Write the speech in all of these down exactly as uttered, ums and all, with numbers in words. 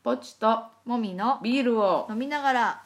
ポチともみのビールを飲みながら。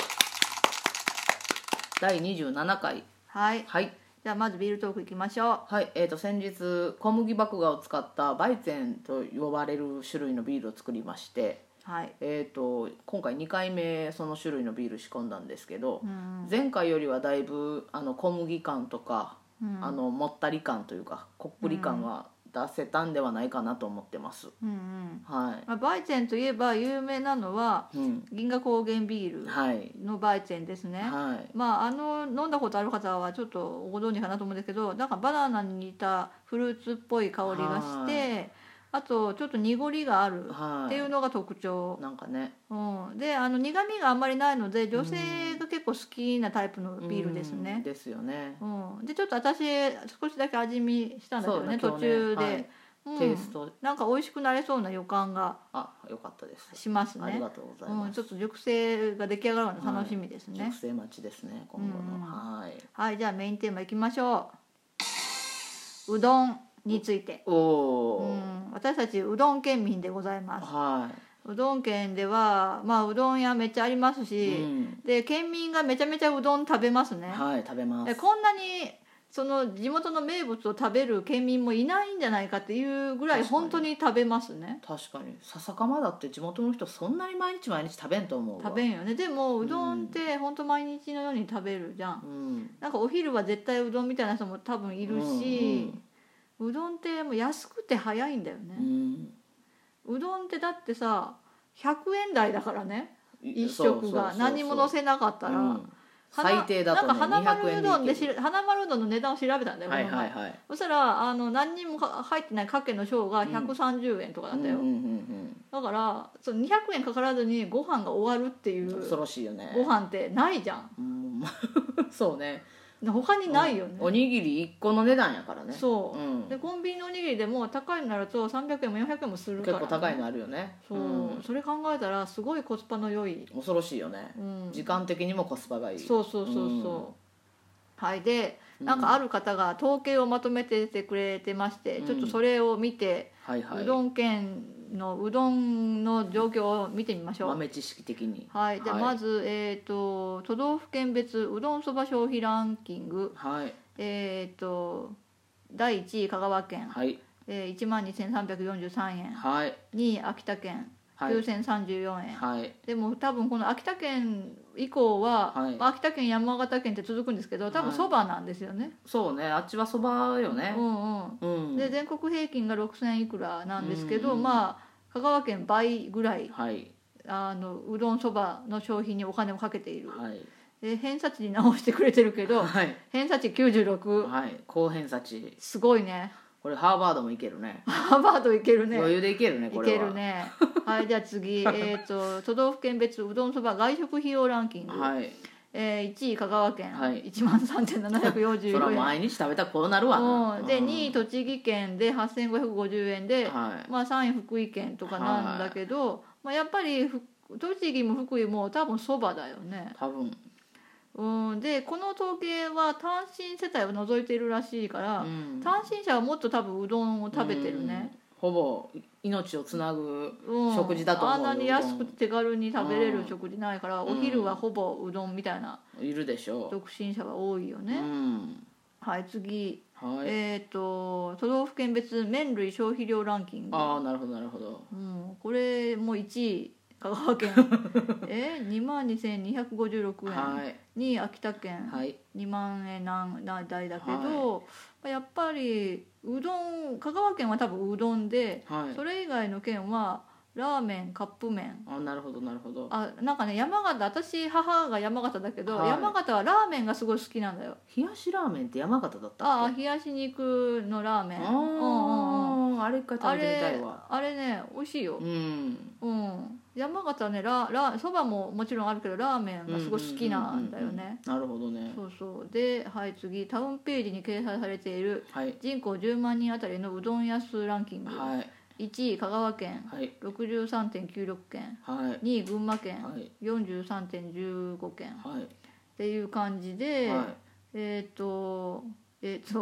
だいにじゅうななかい。 はい、 はいじゃあまずビールトークいきましょはい、えー、と先日小麦麦芽を使ったバイゼンと呼ばれる種類のビールを作りまして、 う。はい。 えー、と今回にかいめその種類のビール仕込んだんですけど、 うん前回よりはだいぶあの小麦感とか、 うんあのもったり感というかこっくり感は出せたんではないかなと思ってます。 うんうんはまあ、バイゼンといえば有名なのは、 い、うん銀河高原ビーはいルのバイゼンですね。 はいまあ、あの飲んだことある方はちょっとご存知かなと思うんですけど、なんかバナナに似たフルーツっぽい香りがしてあとちょっと濁りがあるはいっていうのが特徴、 なんかねうん、であの苦みがあんまりないので女性が結構好きなタイプのビールですうんね。 ですよね。 うん、でちょっと私少しだけ味見したんだけどねそうだ途中で、 今日ねはいうん、 テイストなんか美味しくなれそうな予感があよかったです。 しますね。 ありがとうございうん、 ます。 ちょっと熟成が出来上がるの楽しみですね。 熟成待ちですね今後の、 うんはいはい、じゃあメインテーマいきましょう。うどんについて。 おおうん、私たちうどん県民でございます。 はうどん県では、まあ、うどん屋めっちゃありますい、 し、 うんで県民がめちゃめちゃうどん食べますね。 はい食べます。 でこんなにその地元の名物を食べる県民もいないんじゃないかっていうぐらい確かに本当に食べますね。 確かに笹かまだって地元の人そんなに毎日毎日食べんと思うわ。 食べんよね。でもうどんって本当毎日のように食べるじゃん。 うんなんかお昼は絶対うどんみたいな人も多分いるし、うどんってもう安くて早いんだよねう。んうどんってだってさひゃくえん台だからね、一そうそうそうそう食が何も乗せなかったら、 うん花最低だとねなんか花丸うどんでにひゃくえんでいけるし花丸うどんの値段を調べたんだよ、 はいこの前はいはいそしたらあの何にも入ってないかけの小がひゃくさんじゅうえんとかだったよ、 うんうんうんだからそのにひゃくえんかからずにご飯が終わるっていうん、 う恐ろしいよね。 ご飯ってないじゃん。 うんそうね。 他にないよね、 おにぎりいっこの値段やからね。 そう、 うん、 でコンビニのおにぎりでも高いのになるとさんびゃくえんもよんひゃくえんもするから、 結構高いのあるよね。 そう、 うんそれ考えたらすごいコスパの良い、 恐ろしいよね、 うん、 時間的にもコスパがいい。 そうそうそうそう、 うんはい。でなんかある方が統計をまとめててくれてまして、 うんちょっとそれを見て、 はいはい、 うどん県のうどんの状況を見てみましょう。 豆知識的に。 はい。で、 はいまず、えー、と都道府県別うどんそば消費ランキング、 はいえー、とだいいちい香川県、 はいえー、いちまんにせんさんびゃくよんじゅうさんえん、 はいにい秋田県はいきゅうせんさんじゅうよんえん、 はいでも多分この秋田県以降は、 はいまあ秋田県山形県って続くんですけど多分そばなんですよね、 そうね、あっちはそばよね。 うんうんうん、 で全国平均がろくせんいくらなんですけど、 うんうんまあ香川県倍ぐらいはいあのうどんそばの消費にお金をかけている、 はいで偏差値に直してくれてるけどはい偏差値きゅうじゅうろく、 はい高偏差値。 すごいね。 これハーバードもいけるね。 ハーバードいけるね。 余裕でいけるねいこれは。 けるね。はいじゃあ次えっと都道府県別うどんそば外食費用ランキング、 はいえー、いちい香川県、 はいいちまんさんぜんななひゃくよんじゅうそらよんえん、 毎日食べたらこうなるわな。 うん、でうんにい栃木県ではっせんごひゃくごじゅうえんで、 はいまあ、さんい福井県とかなんだけど、まあ、やっぱりふ栃木も福井も多分そばだよね。 多分、 うん、でこの統計は単身世帯を除いているらしいから、 うん単身者はもっと多分うどんを食べてるね、 うん、ほぼ命をつなぐうん、 食事だと思うよ。 あんなに安くて手軽に食べれるうん食事ないから、 うんお昼はほぼうどんみたいないるでしょ独身者が多いよう。 ね、 うんはい次、 はい、 えっ、と都道府県別麺類消費量ランキング、 ああなるほどなるほど。 うん、これもいちい香川県えにまんにせんにひゃくごじゅうろくえん、 はいにい秋田県、 はいにまんえんなんな台だけはど、やっぱりうどん香川県は多分うどんで、 はいそれ以外の県はラーメンカップ麺、 あなるほどなるほど。 あなんかね山形、私母が山形だけど、 はい山形はラーメンがすごい好きなんだよ。 冷やしラーメンって山形だったああっけ？ 冷やし肉のラーメン、 あうんうんうん、 ああれ一回食あべてみたいれわ。 あれね美味しいよ、 うんうん、山形ねララそばももちろんあるけどラーメンがすごい好きなんだよね。 なるほどね。 そうそうで、はい次タウンページに掲載されているはい人口じゅうまんにんあたりのうどん屋数ランキング、 はいいちい香川県はいろくじゅうさんてんきゅうろくけん、 はいにい群馬県はいよんじゅうさんてんいちごけんっはいていう感じで、 はいえっ、とえっ、と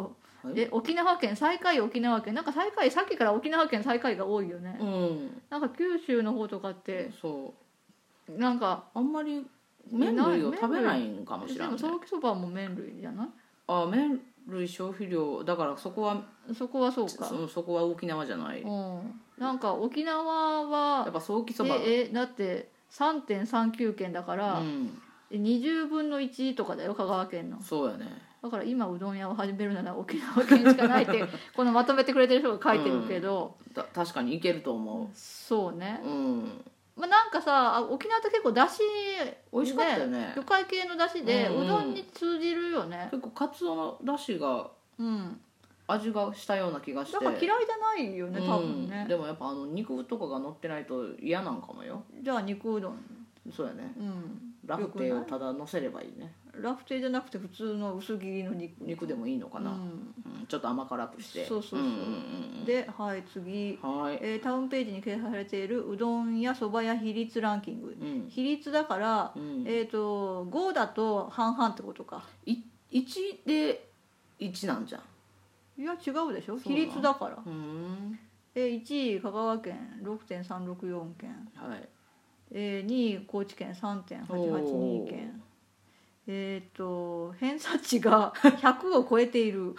はいで沖縄県最下位沖縄県なんか最下位さっきから沖縄県最下位が多いよね、 うんなんか九州の方とかってそうなんかあんまり麺類を食べないんかもしれない、ね、 でもソーキそばも麺類じゃない？ あ麺類消費量だからそこはそこはそうかそそこは沖縄じゃない、 うんなんか沖縄はやっぱソーキそばええだって さんてんさんきゅう 県だから、 うん、 にじゅうぶんのいちとかだよ香川県の。 そうやねだから今うどん屋を始めるなら沖縄県しかないってこのまとめてくれてる人が書いてるけど、 うん、た確かにいけると思そうね、 う、うんまあ、なんかさあ沖縄って結構だし美味しかったよね魚介系のだしで、 うんうんうどんに通じるよね。 結構カツオのだしがうん味がしたような気がしてだから嫌いじゃないよね多分ね、 うん、でもやっぱあの肉とかが乗ってないと嫌なんかもよ。 じゃあ肉うどん、 そうやねうん、 ラフテーをただ乗せればいいね。 ラフテーじゃなくて普通の薄切りの肉肉でもいいのかな、 うんうん、ちょっと甘辛くしてそうそうそう、 んうんうん、 で、はい次、 はい、 えータウンページに掲載されているうどんやそば屋比率ランキング、 うん、 比率だから、 うんえー、とごだと半々ってことか。 いいちでいちなんじゃん。 いや違うでしょそうなの比率だから。 うんえーいちい香川県 ろくてんさんろくよん 件、 はいえーにい高知県 さんてんはちはちに 件、えっ、と偏差値がひゃくを超えている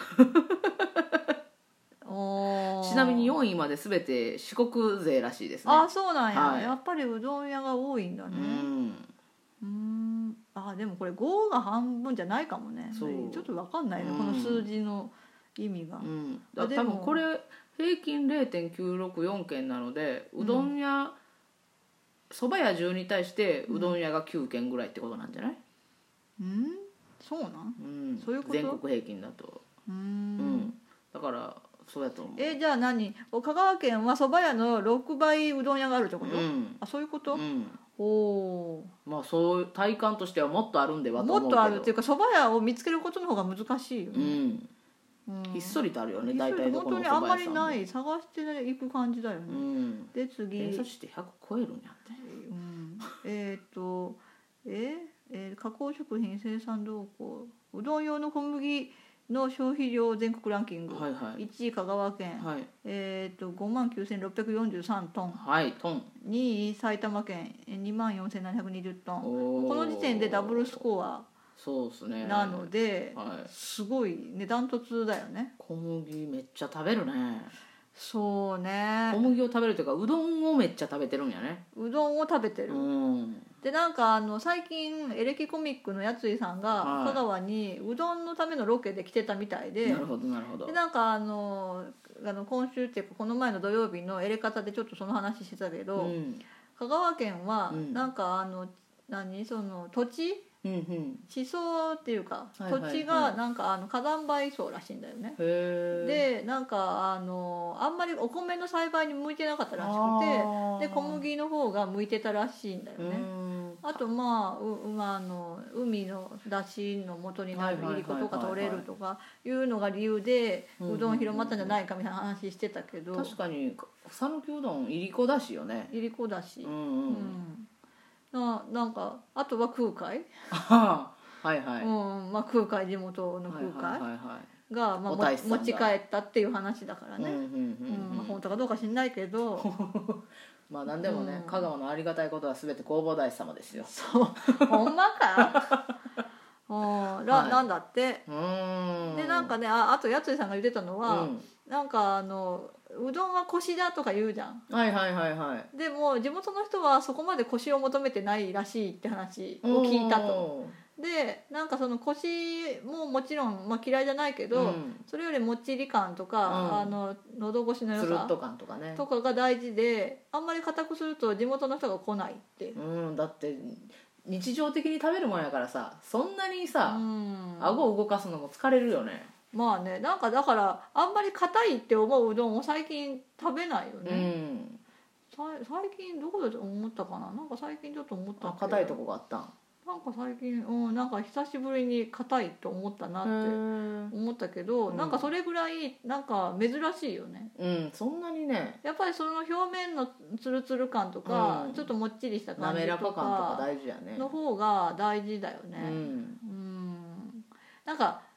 おーちなみによんいまで全て四国勢らしいですね。 あそうなんや、 はいやっぱりうどん屋が多いんだうね。 んうーんあでもこれごが半分じゃないかもね。 そうちょっと分かんないね、 うんこの数字の意味が、 うん、だあでも多分これ平均 れいてんきゅうろくよん 件なのでうどん屋そば、屋じゅうに対してうどん屋がきゅう件ぐらいってことなんじゃない、 うんそうなんうん、 そういうこと全国平均だと、 うーんうん、だからそうやと思う。 えじゃあ何お香川県はそば屋のろくばいうどん屋があるってこと、 うんあそういうこと、 うん、 おおまあそういう体感としてはもっとあるんではと思うけどもっとあるっていうかそば屋を見つけることの方が難しいようね、 ん、 うんひっそりとあるよねひっそり大体どこの本当にあんそば屋さんもまりない探していく感じだよね、 うんで次、 偏差値ってひゃく超えるんやって。 うん、えっ、とええー加工食品生産動向うどん用の小麦の消費量全国ランキング、 はいはいいちい香川県、 はいえー、とごまんきゅうせんろっぴゃくよんじゅうさんトン、 はいトン。 にい埼玉県にまんよんせんななひゃくにじゅうトン。 おーこの時点でダブルスコアそうですね。 なので、 はい、 すごいねダントツだよね。 小麦めっちゃ食べるね。 そうね小麦を食べるというかうどんをめっちゃ食べてるんやね。 うどんを食べてる、 うんでなんかあの最近エレキコミックのやついさんがはい香川にうどんのためのロケで来てたみたいで、 なるほどなるほどで。なんかあのあの今週っていうかこの前の土曜日のエレカタでちょっとその話してたけど、 うん香川県はうんなんかあの何その土地うんうん地層っていうか、 はいはいはい土地がなんかあの火山灰層らしいんだよね。 へえ。 でなんかあのあんまりお米の栽培に向いてなかったらしくあーてで小麦の方が向いてたらしいんだようね。 んあとまあうまああの海の出汁の元になるはいはいはいはいいりことか取れるとかいうのが理由でうんうんうんうどん広まったんじゃないかみたいな話してたけど、 確かに讃岐うどんいりこだしよね。 いりこだし、 うんううんんななんかあとは空海、 ああはいはい。 うんまあ、空海地元の空海はいはいはいはいが、まあ、もお大師さんが持ち帰ったっていう話だからね、 うんうんうんうんまあ、 うん本当かどうか知んないけどまあ何でもね、 うん香川のありがたいことは全て弘法大師様ですよ。 そうほんまかうんら、 はいなんだってうーんでなんかねああとやついさんが言ってたのは、 うんなんかあのうどんはコシだとか言うじゃん。 はいはいはいはいでも地元の人はそこまでコシを求めてないらしいって話を聞いたと。 おでなんかそのコシももちろん、まあ、嫌いじゃないけど、 うんそれよりもっちり感とか、 うんあの喉越しのー良さつるっと感とかね。 とかが大事であんまり硬くすると地元の人が来ないって。 うんだって日常的に食べるもんやからさそんなにさ、 うん顎を動かすのも疲れるよね。 まあねなんかだからあんまり硬いって思ううどんを最近食べないようね、 んさ最近どこで思ったかななんか最近ちょっと思ったあけど硬いとこがあったん。 なんか最近、うん、なんか久しぶりに硬いと思ったなって思ったけど、 うんなんかそれぐらいなんか珍しいよね。 うんそんなにねやっぱりその表面のツルツル感とか、 うんちょっともっちりした感じ滑らか感とかとか大事やね。 の方が大事だようね。 んうんなんか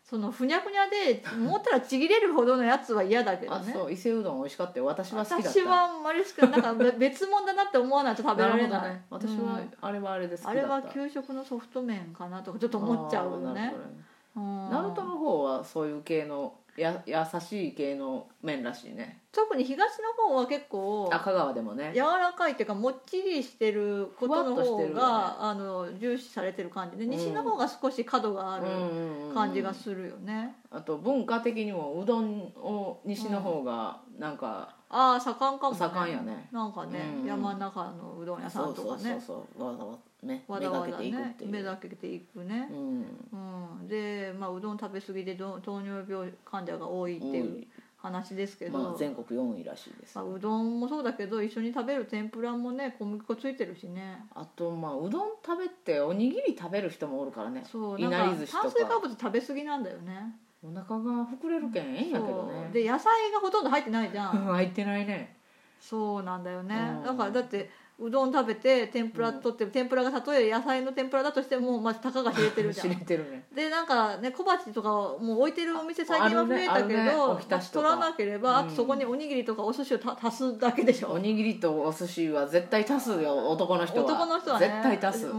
そのふにゃふにゃで持ったらちぎれるほどのやつは嫌だけどあね。 そう伊勢うどん美味しかったよ。私は好きだった。 私はあんまり好きなんか別物だなって思わないと食べられない。 なるほどね、私は、 うん、 あれはあれで好きだあった。 れは給食のソフト麺かなとかちょっと思っちゃうよね。 ナルトの方はそういう系のや優しい系の麺らしいね。 特に東の方は結構あ香川でもね柔らかいっていうかもっちりしてることの方が、 ね、 あの重視されてる感じで、西の方が少し角がある感じがするよね。 あと文化的にもうどんを西の方がなんか、 うん、ああ盛んかもね。 盛んやね。 なんかね、うん、山の中のうどん屋さんとかね。 そうそうそうわざわざねわざわざね目がけていくっていう。 目がけていくね。うんうん、で、まあ、うどん食べ過ぎで糖尿病患者が多いっていう話ですけど、 まあ、全国よんいらしいです、 まあ、うどんもそうだけど一緒に食べる天ぷらもね小麦粉ついてるしね。 あとまあうどん食べておにぎり食べる人もおるからね。 そういなり寿司とか炭水化物食べ過ぎなんだよね。 お腹が膨れるけんええんやけどね。 で野菜がほとんど入ってないじゃん入ってないね。 そうなんだよね、 うん、 だからだってうどん食べて天ぷら取って、うん、天ぷらがたとえ野菜の天ぷらだとしてもまずたかが知れてるじゃん。 知れてるね。でなんかね小鉢とかもう置いてるお店最近は増えたけど、ねね、取らなければ、うん、あとそこにおにぎりとかお寿司をた足すだけでしょ。 おにぎりとお寿司は絶対足すよ男の人は。 男の人はね絶対足す。 うん、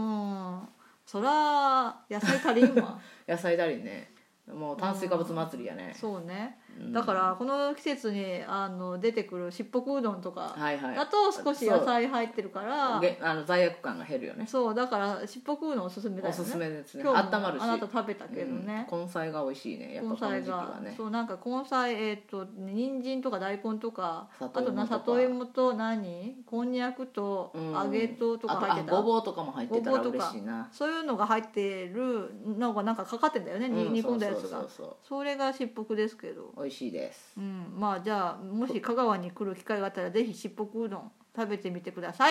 そら野菜足りんわ。 野菜足りんね。もう炭水化物祭りやね、 うん、そうね、うん、だからこの季節にあの出てくるしっぽくうどんとかだと少し野菜入ってるから、はいはい、 あの罪悪感が減るよね。 そうだからしっぽくうどんおすすめだよね。 おすすめですね。 今日温まるしあなた食べたけどね、 うん、根菜が美味しいね。やっぱこの時期はね。 そうなんか根菜えっ、ー、と人参とか大根とかあとな里芋と何こんにゃくと揚げととか入ってた、 うん、ごぼうとかも入ってたら嬉しいな。 そういうのが入ってるのがなんかかかってんだよね、うん、煮込んだやつが。そうそうそうそうそれがしっぽくですけど美味しいです、 うん、まあじゃあもし香川に来る機会があったらぜひしっぽくうどん食べてみてください。